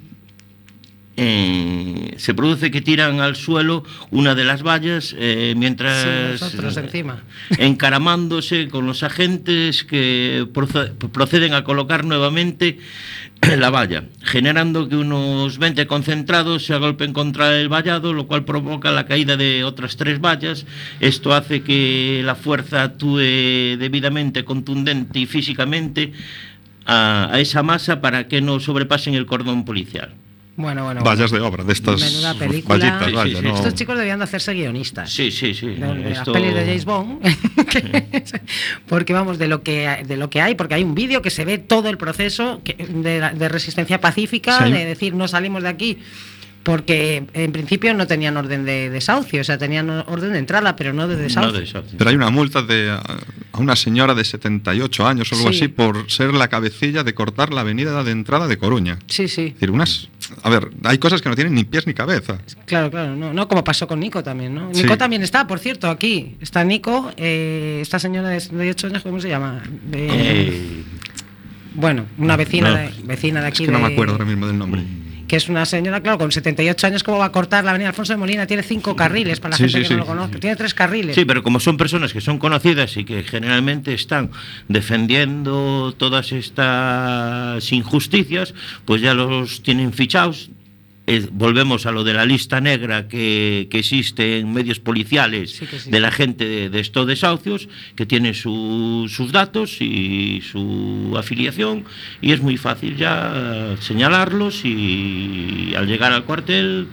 que tiran al suelo una de las vallas mientras
encima.
encaramándose con los agentes que proceden a colocar nuevamente la valla, generando que unos 20 concentrados se agolpen contra el vallado, lo cual provoca la caída de otras 3 vallas. Esto hace que la fuerza actúe debidamente contundente y físicamente a esa masa para que no sobrepasen el cordón policial.
Bueno.
Vallas de obra, de estas
menuda película.
Vallitas, vaya, ¿no?
Estos chicos debían de hacerse guionistas.
Sí.
De las pelis de James Bond. Porque vamos, de lo que hay, porque hay un vídeo que se ve todo el proceso de resistencia pacífica, de decir no salimos de aquí. Porque en principio no tenían orden de desahucio, o sea, tenían orden de entrada, pero no de desahucio.
Pero hay una multa a una señora de 78 años o algo así por ser la cabecilla de cortar la avenida de entrada de Coruña.
Sí.
Es decir, unas a ver, hay cosas que no tienen ni pies ni cabeza.
Claro, no, como pasó con Nico también, ¿no? Sí. Nico también está, por cierto, aquí. Está Nico, esta señora de 78 años, ¿cómo se llama? Bueno, una vecina de aquí.
Es que no me acuerdo ahora mismo del nombre.
Que es una señora, claro, con 78 años, ¿cómo va a cortar la avenida Alfonso de Molina? Tiene 5 carriles, para la gente que no lo conozca. Tiene 3 carriles.
Sí, pero como son personas que son conocidas y que generalmente están defendiendo todas estas injusticias, pues ya los tienen fichados. Volvemos a lo de la lista negra que existe en medios policiales de la gente de estos desahucios, que tiene sus datos y su afiliación, y es muy fácil ya señalarlos y al llegar al cuartel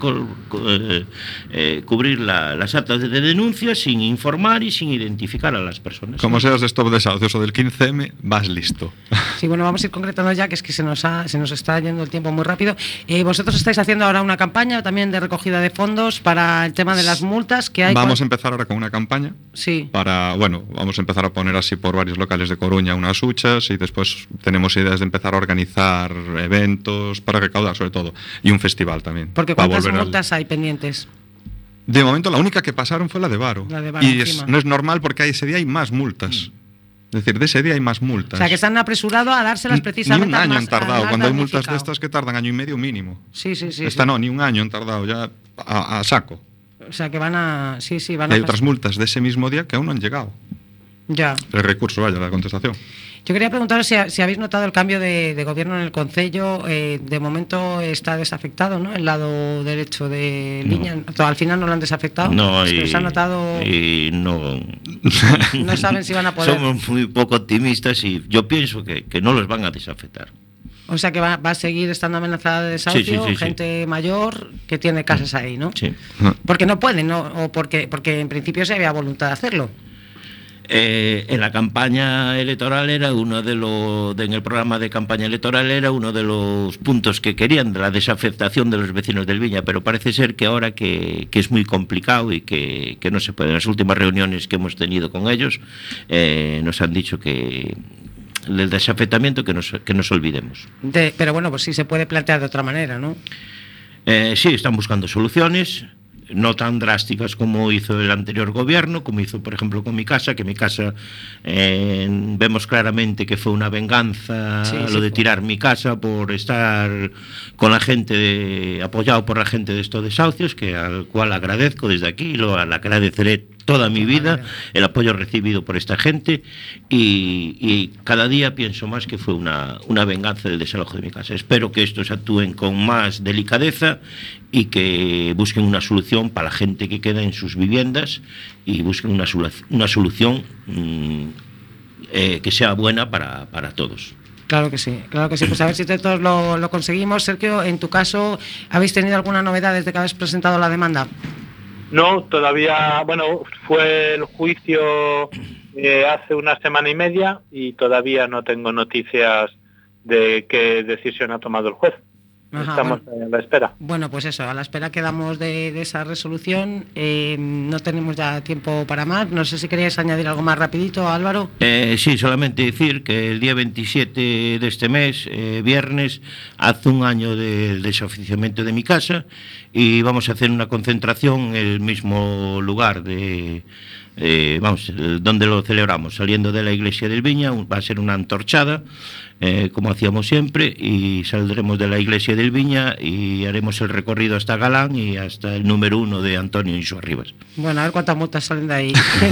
cubrir las actas de denuncia sin informar y sin identificar a las personas.
Como seas de estos desahucios o del 15M, vas listo.
Sí, bueno, vamos a ir concretando ya, que es que se nos está yendo el tiempo muy rápido. Vosotros estáis haciendo ahora una campaña también de recogida de fondos para el tema de las multas que hay.
Vamos a empezar ahora con una campaña.
Sí.
Vamos a empezar a poner así por varios locales de Coruña unas huchas, y después tenemos ideas de empezar a organizar eventos para recaudar, sobre todo, y un festival también.
Porque ¿cuántas multas hay pendientes?
De momento la única que pasaron fue la de Varo. Y no es normal, porque ese día hay más multas. Es decir, de ese día hay más multas.
O sea, que se han apresurado a dárselas precisamente.
Ni un año han tardado, cuando hay multas de estas que tardan año y medio mínimo.
Sí.
No, ni un año han tardado ya a saco.
O sea, que van a... Sí, van
a... Hay otras multas de ese mismo día que aún no han llegado.
Ya.
El recurso, la contestación.
Yo quería preguntaros si habéis notado el cambio de gobierno en el concello. De momento está desafectado, ¿no? El lado derecho de Liña. No. Al final no lo han desafectado.
No,
se ha notado.
Y no.
No saben si van a poder.
Somos muy poco optimistas y yo pienso que no los van a desafectar.
O sea que va a seguir estando amenazada de desahucio, gente mayor que tiene casas ahí, ¿no?
Sí.
Porque no pueden, ¿no? O porque en principio se había voluntad de hacerlo.
En la campaña electoral en el programa de campaña electoral era uno de los puntos que querían, de la desafectación de los vecinos del Viña, pero parece ser que ahora que es muy complicado y que no se puede. En las últimas reuniones que hemos tenido con ellos nos han dicho que el desafectamiento que nos olvidemos.
Pero bueno, pues sí se puede plantear de otra manera, ¿no?
Sí, están buscando soluciones. No tan drásticas como hizo el anterior gobierno, como hizo, por ejemplo, con mi casa, que mi casa vemos claramente que fue una venganza, lo de tirar mi casa por estar con la gente, apoyado por la gente de estos desahucios, al cual agradezco desde aquí, le agradeceré toda mi vida el apoyo recibido por esta gente, y cada día pienso más que fue una venganza del desalojo de mi casa. Espero que estos actúen con más delicadeza y que busquen una solución para la gente que queda en sus viviendas, y busquen una solución que sea buena para todos.
Claro que sí. Pues a ver si todos lo conseguimos. Sergio, en tu caso, ¿habéis tenido alguna novedad desde que habéis presentado la demanda?
No, todavía, fue el juicio hace una semana y media y todavía no tengo noticias de qué decisión ha tomado el juez. Estamos a la espera.
Bueno, pues eso, a la espera quedamos de esa resolución. No tenemos ya tiempo para más. No sé si queríais añadir algo más rapidito, Álvaro.
Sí, solamente decir que el día 27 de este mes, viernes, hace un año del desoficiamiento de mi casa, y vamos a hacer una concentración en el mismo lugar donde lo celebramos, saliendo de la iglesia del Viña. Va a ser una antorchada, como hacíamos siempre, y saldremos de la iglesia del Viña y haremos el recorrido hasta Galán y hasta el número 1 de Antonio Inso Arribas.
Bueno, a ver cuántas multas salen de ahí.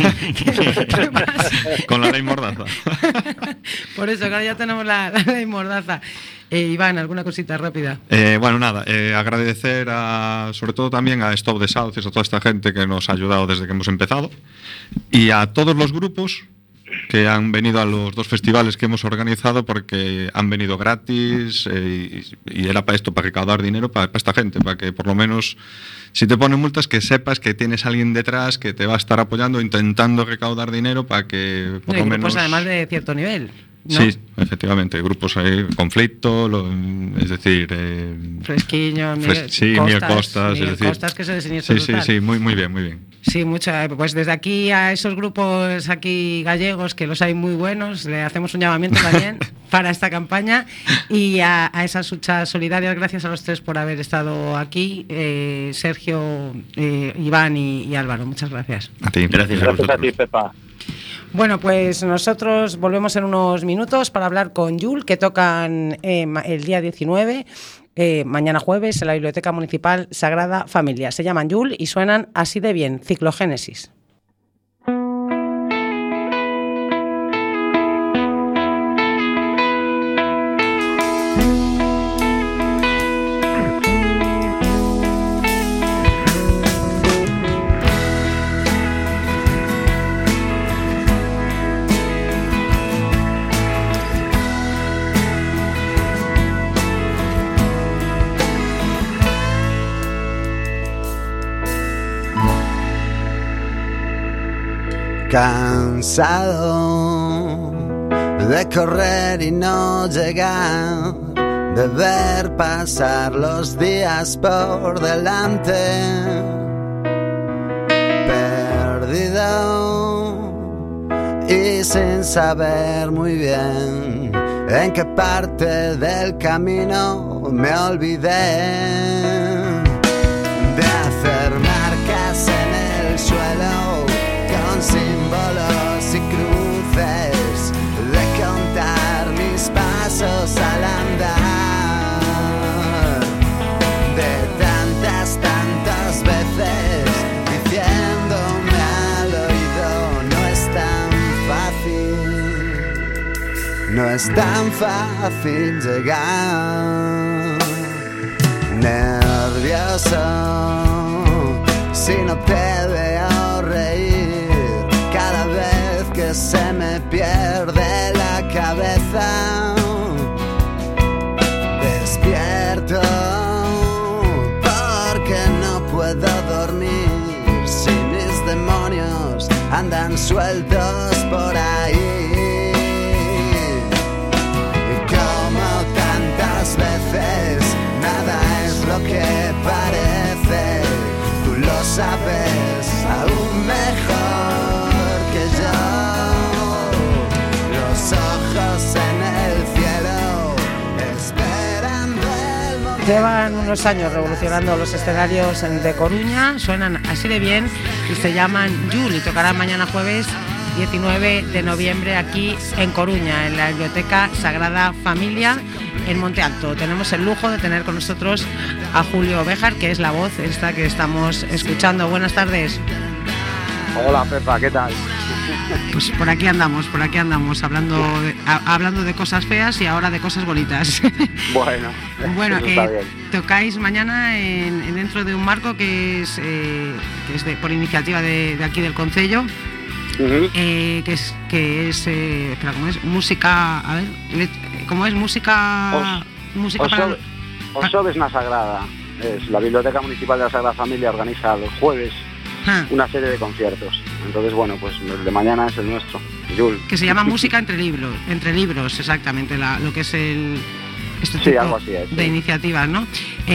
Con la ley Mordaza.
Por eso, claro, ya tenemos la ley Mordaza. Iván, ¿alguna cosita rápida?
Agradecer sobre todo también a Stop Desahucios, a toda esta gente que nos ha ayudado desde que hemos empezado, y a todos los grupos que han venido a los 2 festivales que hemos organizado, porque han venido gratis, y era para esto, para recaudar dinero para esta gente, para que por lo menos, si te ponen multas, que sepas que tienes a alguien detrás que te va a estar apoyando, intentando recaudar dinero para que por lo menos...
Pues además de cierto nivel. ¿no?
Sí, efectivamente, grupos ahí, Conflicto, es decir...
Fresquiño,
Miguel Costas,
Miguel
es decir...
Costas, que es el siniestro total.
Sí, muy bien.
Sí, mucho. Pues desde aquí a esos grupos aquí gallegos, que los hay muy buenos, le hacemos un llamamiento también para esta campaña, y a esas huchas solidarias. Gracias a los tres por haber estado aquí, Sergio, Iván y Álvaro. Muchas gracias.
A ti.
Gracias
a ti, Pepa.
Bueno, pues nosotros volvemos en unos minutos para hablar con Yul, que tocan el día 19, mañana jueves, en la Biblioteca Municipal Sagrada Familia. Se llaman Yul y suenan así de bien, Ciclogénesis.
Cansado de correr y no llegar, de ver pasar los días por delante, perdido y sin saber muy bien en qué parte del camino me olvidé de hacer marcas en el suelo con símbolos y cruces, de contar mis pasos al andar, de tantas veces diciéndome al oído: no es tan fácil llegar. Nervioso si no te veo reír, cada vez que se me pierde la cabeza. Despierto porque no puedo dormir, si mis demonios andan sueltos por ahí. Y como tantas veces, nada es lo que parece. Tú lo sabes aún mejor que yo. Los ojos en el cielo esperando el momento.
Llevan unos años revolucionando los escenarios de Coruña, suenan así de bien y se llaman Yul, y tocarán mañana jueves 19 de noviembre aquí en Coruña, en la Biblioteca Sagrada Familia en Monte Alto. Tenemos el lujo de tener con nosotros a Julio Béjar, que es la voz esta que estamos escuchando. Buenas tardes.
Hola Pepa, ¿qué tal?
Pues por aquí andamos hablando de cosas feas y ahora de cosas bonitas.
Bueno, está bien.
Tocáis mañana dentro de un marco que es por iniciativa de aquí del concello. Uh-huh. que es espera, ¿cómo es? Música, a ver, ¿cómo es? Música para...
Osoves na Sagrada, es la Biblioteca Municipal de la Sagrada Familia, organiza los jueves una serie de conciertos. Entonces, bueno, pues el de mañana es el nuestro, Yul.
Que se llama Música entre libros, exactamente, lo que es este tipo
algo así es,
de iniciativas, ¿no?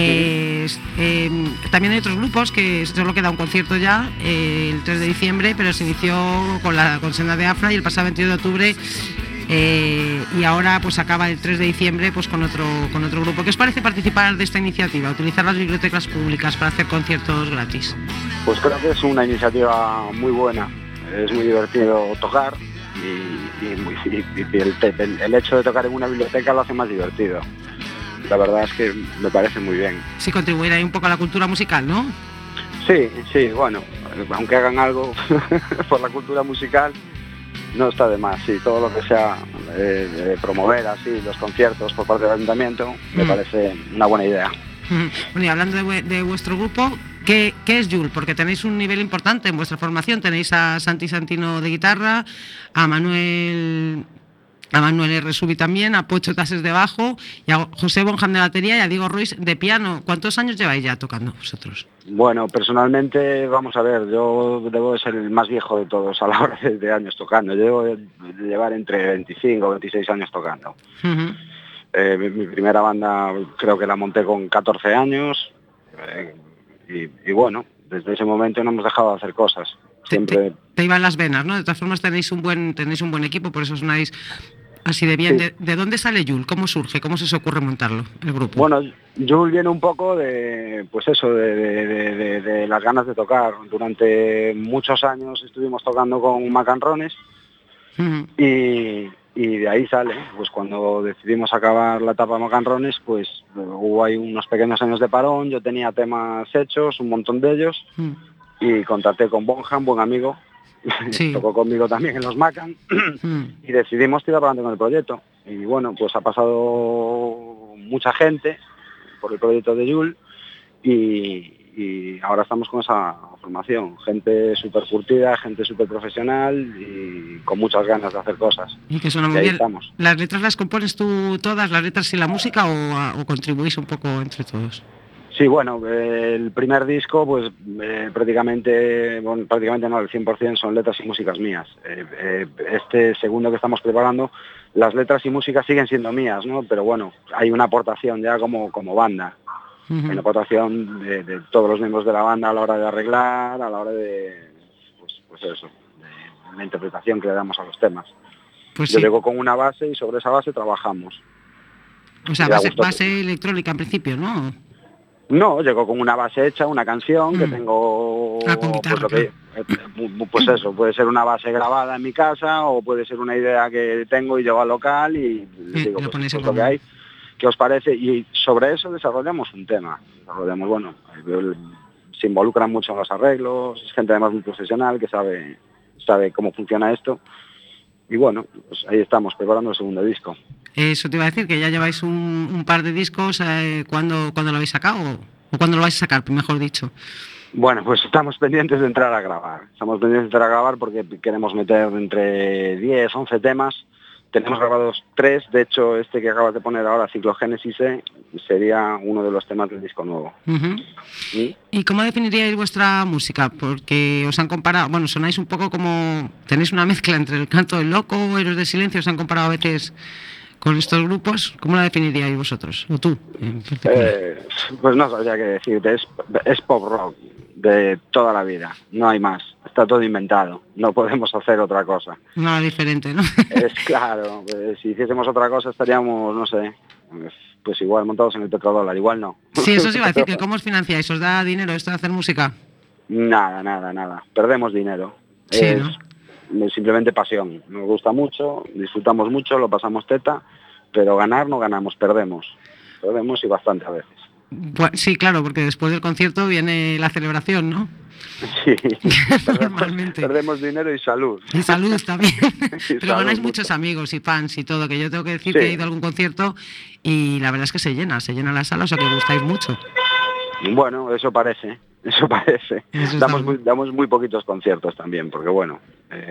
También hay otros grupos que solo queda un concierto ya, el 3 de diciembre, pero se inició con Senda de Afra y el pasado 22 de octubre, y ahora pues acaba el 3 de diciembre pues con otro grupo. ¿Qué os parece participar de esta iniciativa, utilizar las bibliotecas públicas para hacer conciertos gratis?
Pues creo que es una iniciativa muy buena, es muy divertido tocar. Y el hecho de tocar en una biblioteca lo hace más divertido. La verdad es que me parece muy bien.
Sí, contribuir ahí un poco a la cultura musical, ¿no?
Sí, bueno, aunque hagan algo por la cultura musical, no está de más. Sí, todo lo que sea promover así los conciertos por parte del ayuntamiento, me parece una buena idea.
Bueno, y hablando de vuestro grupo, ¿qué es Yul? Porque tenéis un nivel importante en vuestra formación. Tenéis a Santi Santino de guitarra, a Manuel R. Subi también, a Pocho Tases de bajo, y a José Bonjam de batería y a Diego Ruiz de piano. ¿Cuántos años lleváis ya tocando vosotros?
Bueno, personalmente, vamos a ver, yo debo de ser el más viejo de todos a la hora de años tocando. Yo debo de llevar entre 25 o 26 años tocando. Mi primera banda creo que la monté con 14 años y bueno, desde ese momento no hemos dejado de hacer cosas. Siempre...
Te iban las venas, ¿no? De todas formas tenéis un buen equipo, por eso sonáis así de bien. Sí. ¿De dónde sale Yul? ¿Cómo surge? ¿Cómo se os ocurre montarlo, el grupo?
Bueno, Yul viene un poco de, pues eso, de las ganas de tocar. Durante muchos años estuvimos tocando con Macanrones y de ahí sale, pues cuando decidimos acabar la etapa de Macanrones, pues hubo ahí unos pequeños años de parón, yo tenía temas hechos, un montón de ellos, y contacté con Bonham, buen amigo, sí. Tocó conmigo también en los Macan, y decidimos tirar para adelante con el proyecto. Y bueno, pues ha pasado mucha gente por el proyecto de Yul, y ahora estamos con esa formación, gente súper curtida, gente súper profesional y con muchas ganas de hacer cosas.
Y que suena muy bien. Estamos. ¿Las letras las compones tú todas, las letras y la música, o contribuís un poco entre todos?
Sí, bueno, el primer disco, pues prácticamente no, el 100% son letras y músicas mías. Este segundo que estamos preparando, las letras y músicas siguen siendo mías, ¿no? Pero bueno, hay una aportación ya como banda. Hay una aportación de todos los miembros de la banda a la hora de arreglar, a la hora de, pues eso, de la interpretación que le damos a los temas. Pues yo llego con una base y sobre esa base trabajamos.
O sea, base electrónica en principio, ¿no?
No, llego con una base hecha, una canción que tengo...
con guitarra,
pues eso, puede ser una base grabada en mi casa o puede ser una idea que tengo y llevo al local y digo, pues lo que hay. ¿Qué os parece? Y sobre eso desarrollamos un tema. Bueno, se involucran mucho en los arreglos, es gente además muy profesional que sabe cómo funciona esto. Y bueno, pues ahí estamos, preparando el segundo disco.
Eso te iba a decir, que ya lleváis un par de discos. ¿Cuándo lo habéis sacado? ¿O cuándo lo vais a sacar, mejor dicho?
Bueno, pues estamos pendientes de entrar a grabar. Porque queremos meter entre 10, 11 temas. Tenemos grabados 3, de hecho este que acabas de poner ahora, Ciclogénesis, sería uno de los temas del disco nuevo.
¿Y cómo definiríais vuestra música? Porque os han comparado, bueno, sonáis un poco como, tenéis una mezcla entre El Canto del Loco, Héroes del Silencio, os han comparado a veces con estos grupos. ¿Cómo la definiríais vosotros? ¿O tú?
Pues no sabría qué decirte, es pop rock de toda la vida, no hay más, está todo inventado, no podemos hacer otra cosa.
Nada diferente, ¿no?
Es claro, pues, si hiciésemos otra cosa estaríamos, no sé, pues igual montados en el petrodólar, igual no.
Sí, eso sí iba a decir, que ¿cómo os financiáis? ¿Os da dinero esto de hacer música?
Nada, perdemos dinero.
Sí,
es
¿no?
Simplemente pasión, nos gusta mucho, disfrutamos mucho, lo pasamos teta, pero ganar no ganamos, perdemos y bastante a veces.
Pues, sí, claro, porque después del concierto viene la celebración, ¿no?
Sí,
normalmente.
Perdemos dinero y salud.
Y salud también. Pero ganáis muchos amigos y fans y todo, que yo tengo que decir que he ido a algún concierto y la verdad es que se llena la sala, o sea que gustáis mucho.
Bueno, eso parece. Damos muy poquitos conciertos también, porque bueno,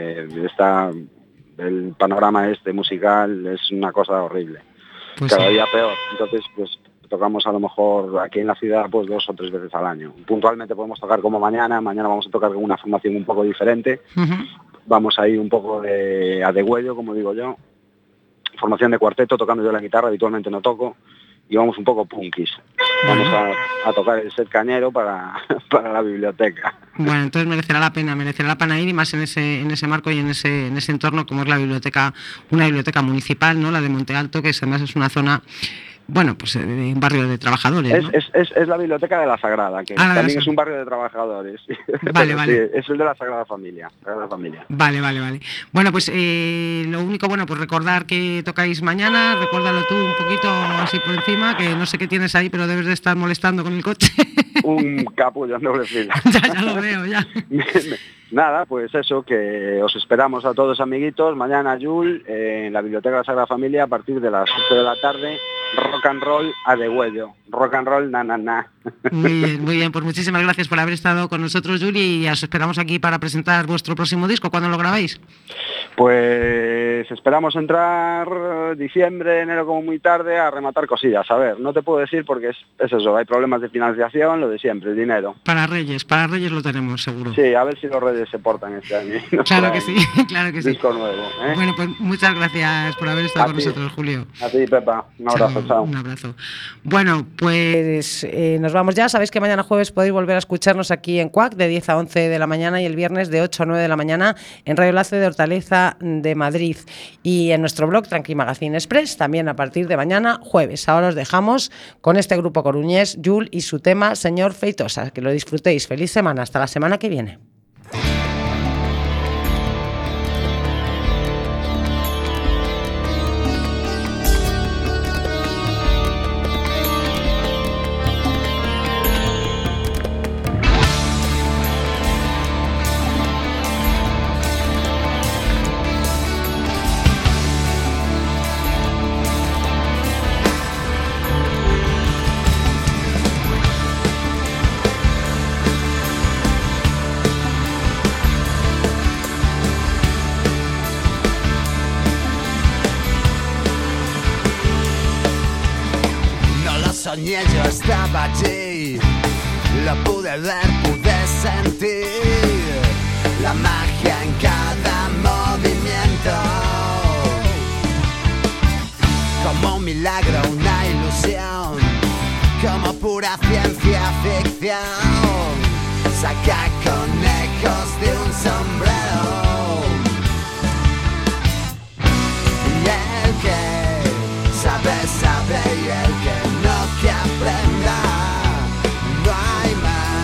el panorama musical es una cosa horrible. Pues cada día peor, entonces pues tocamos a lo mejor aquí en la ciudad pues 2 o 3 veces al año. Puntualmente podemos tocar como mañana vamos a tocar con una formación un poco diferente. Vamos a ir un poco a degüello, como digo yo. Formación de cuarteto, tocando yo la guitarra, habitualmente no toco, y vamos un poco punkis. Vamos a tocar el set cañero para la biblioteca.
Bueno, entonces merecerá la pena ir, y más en ese marco y en ese entorno como es la biblioteca, una biblioteca municipal, ¿no? La de Monte Alto, que además es una zona, bueno, pues un barrio de trabajadores, ¿no?
Es la biblioteca de la Sagrada, que también es un barrio de trabajadores. Vale. Sí, es el de la Sagrada Familia.
Vale. Bueno, pues lo único, pues recordar que tocáis mañana, recuérdalo tú un poquito así por encima, que no sé qué tienes ahí, pero debes de estar molestando con el coche.
Un capullo en doble fila.
ya lo veo, ya.
Nada, pues eso, que os esperamos a todos, amiguitos, mañana Yul, en la Biblioteca de la Sagrada Familia, a partir de las 8 de la tarde, rock and roll a degüello, rock and roll na.
Muy bien, pues muchísimas gracias por haber estado con nosotros, Yul, y os esperamos aquí para presentar vuestro próximo disco. ¿Cuándo lo grabáis?
Pues esperamos entrar diciembre, enero como muy tarde a rematar cosillas. A ver, no te puedo decir porque es eso, hay problemas de financiación, lo de siempre, el dinero.
Para Reyes lo tenemos seguro.
Sí, a ver si los Reyes se portan este año.
Claro que sí, claro que sí.
Disco nuevo, ¿eh?
Bueno, pues muchas gracias por haber estado con nosotros, Julio.
A ti, Pepa. Un abrazo, chao.
Un abrazo. Bueno, pues nos vamos ya. Sabéis que mañana jueves podéis volver a escucharnos aquí en CUAC de 10 a 11 de la mañana y el viernes de 8 a 9 de la mañana en Radio Enlace de Hortaleza de Madrid y en nuestro blog Tranqui Magazine Express también a partir de mañana jueves. Ahora os dejamos con este grupo coruñés, Yul y su tema Señor Feitosa. Que lo disfrutéis. Feliz semana. Hasta la semana que viene.
Soñé, yo estaba allí, lo pude ver, pude sentir la magia en cada movimiento, como un milagro, una ilusión, como pura ciencia ficción, saca conejos de un sombrero.